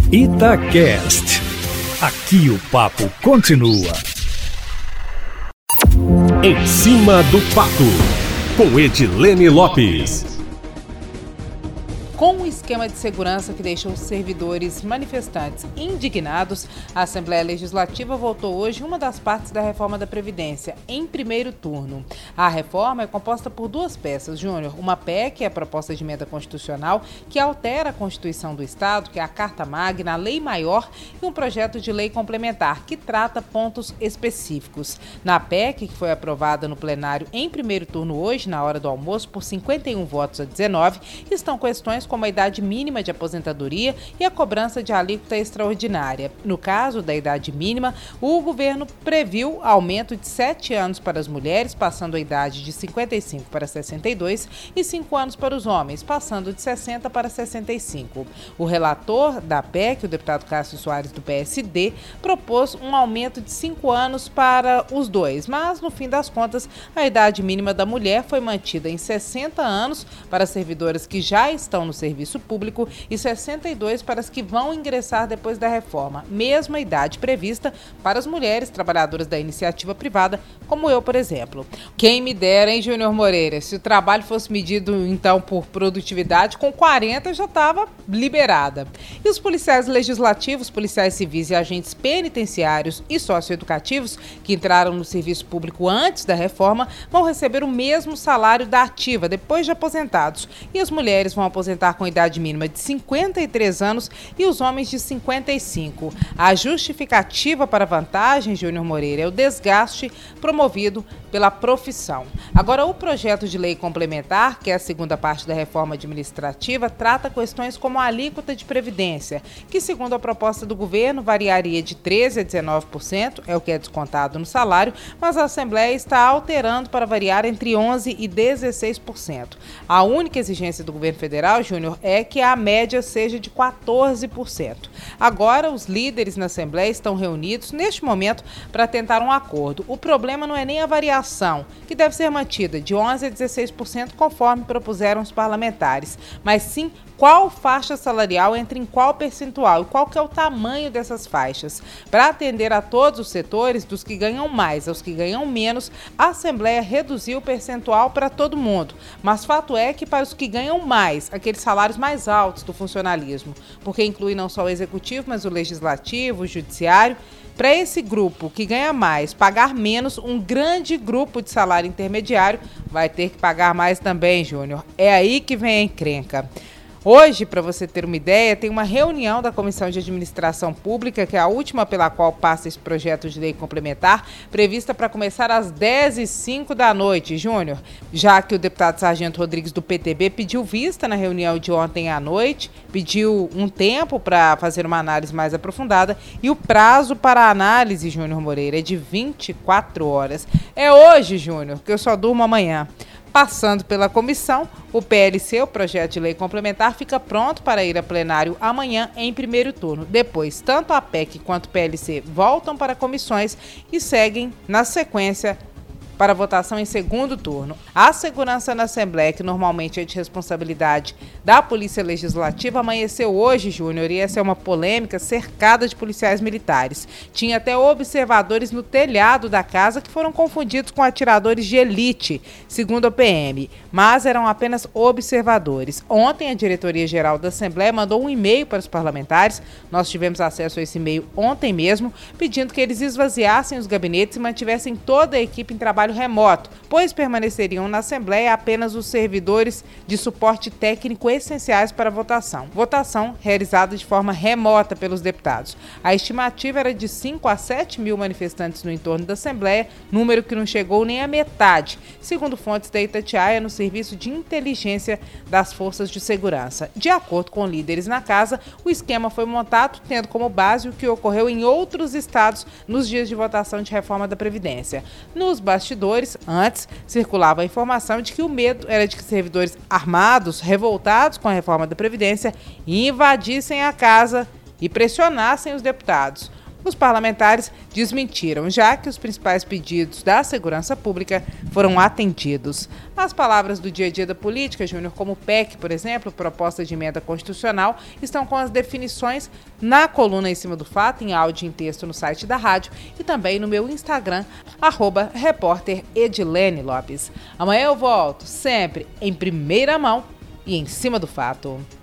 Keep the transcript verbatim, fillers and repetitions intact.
Itacast. Aqui o papo continua. Em cima do papo, com Edilene Lopes. Com o esquema de segurança que deixou os servidores manifestantes indignados, a Assembleia Legislativa votou hoje uma das partes da reforma da Previdência, em primeiro turno. A reforma é composta por duas peças, Júnior. Uma P E C, que é a proposta de emenda constitucional, que altera a Constituição do Estado, que é a Carta Magna, a Lei Maior, e um projeto de lei complementar, que trata pontos específicos. Na P E C, que foi aprovada no plenário em primeiro turno hoje, na hora do almoço, por cinquenta e um votos a dezenove, estão questões como a idade mínima de aposentadoria e a cobrança de alíquota extraordinária. No caso da idade mínima, o governo previu aumento de sete anos para as mulheres, passando a idade de cinquenta e cinco para sessenta e dois, e cinco anos para os homens, passando de sessenta para sessenta e cinco. O relator da P E C, o deputado Cássio Soares, do P S D, propôs um aumento de cinco anos para os dois, mas, no fim das contas, a idade mínima da mulher foi mantida em sessenta anos para servidoras que já estão no serviço público e sessenta e dois para as que vão ingressar depois da reforma, mesma idade prevista para as mulheres trabalhadoras da iniciativa privada, como eu, por exemplo. Quem me dera, hein, Júnior Moreira? Se o trabalho fosse medido, então, por produtividade, com quarenta já estava liberada. E os policiais legislativos, policiais civis e agentes penitenciários e socioeducativos que entraram no serviço público antes da reforma vão receber o mesmo salário da ativa, depois de aposentados. E as mulheres vão aposentar com idade mínima de cinquenta e três anos e os homens de cinquenta e cinco. A justificativa para a vantagem, Júnior Moreira, é o desgaste promovido pela profissão. Agora, o projeto de lei complementar, que é a segunda parte da reforma administrativa, trata questões como a alíquota de previdência, que, segundo a proposta do governo, variaria de treze por cento a dezenove por cento, é o que é descontado no salário, mas a Assembleia está alterando para variar entre onze por cento e dezesseis por cento. A única exigência do governo federal, Júnior, é que a média seja de quatorze por cento. Agora, os líderes na Assembleia estão reunidos neste momento para tentar um acordo. O problema não é nem a variação, que deve ser mantida de onze por cento a dezesseis por cento, conforme propuseram os parlamentares, mas sim qual faixa salarial entra em qual percentual e qual que é o tamanho dessas faixas. Para atender a todos os setores, dos que ganham mais aos que ganham menos, a Assembleia reduziu o percentual para todo mundo. Mas fato é que para os que ganham mais, aqueles salários mais altos do funcionalismo, porque inclui não só o executivo, mas o legislativo, o judiciário, para esse grupo que ganha mais pagar menos, um grande grupo de salário intermediário vai ter que pagar mais também, Júnior. É aí que vem a encrenca. Hoje, para você ter uma ideia, tem uma reunião da Comissão de Administração Pública, que é a última pela qual passa esse projeto de lei complementar, prevista para começar às dez e cinco da noite, Júnior, já que o deputado Sargento Rodrigues, do P T B, pediu vista na reunião de ontem à noite, pediu um tempo para fazer uma análise mais aprofundada e o prazo para a análise, Júnior Moreira, é de vinte e quatro horas. É hoje, Júnior, que eu só durmo amanhã. Passando pela comissão, o P L C, o projeto de lei complementar, fica pronto para ir a plenário amanhã em primeiro turno. Depois, tanto a P E C quanto o P L C voltam para comissões e seguem na sequência para votação em segundo turno. A segurança na Assembleia, que normalmente é de responsabilidade da Polícia Legislativa, amanheceu hoje, Júnior, e essa é uma polêmica, cercada de policiais militares. Tinha até observadores no telhado da casa que foram confundidos com atiradores de elite, segundo a P M, mas eram apenas observadores. Ontem, a Diretoria-Geral da Assembleia mandou um e-mail para os parlamentares, nós tivemos acesso a esse e-mail ontem mesmo, pedindo que eles esvaziassem os gabinetes e mantivessem toda a equipe em trabalho remoto, pois permaneceriam na Assembleia apenas os servidores de suporte técnico essenciais para a votação. Votação realizada de forma remota pelos deputados. A estimativa era de cinco a sete mil manifestantes no entorno da Assembleia, número que não chegou nem à metade, segundo fontes da Itatiaia no Serviço de Inteligência das Forças de Segurança. De acordo com líderes na casa, o esquema foi montado tendo como base o que ocorreu em outros estados nos dias de votação de reforma da Previdência. Nos bastidores, antes, circulava a informação de que o medo era de que servidores armados, revoltados com a reforma da Previdência, invadissem a casa e pressionassem os deputados. Os parlamentares desmentiram, já que os principais pedidos da segurança pública foram atendidos. As palavras do dia a dia da política, Júnior, como o P E C, por exemplo, proposta de emenda constitucional, estão com as definições na coluna Em Cima do Fato, em áudio e em texto no site da rádio e também no meu Instagram, arroba repórter Edilene Lopes. Amanhã eu volto, sempre em primeira mão e em cima do fato.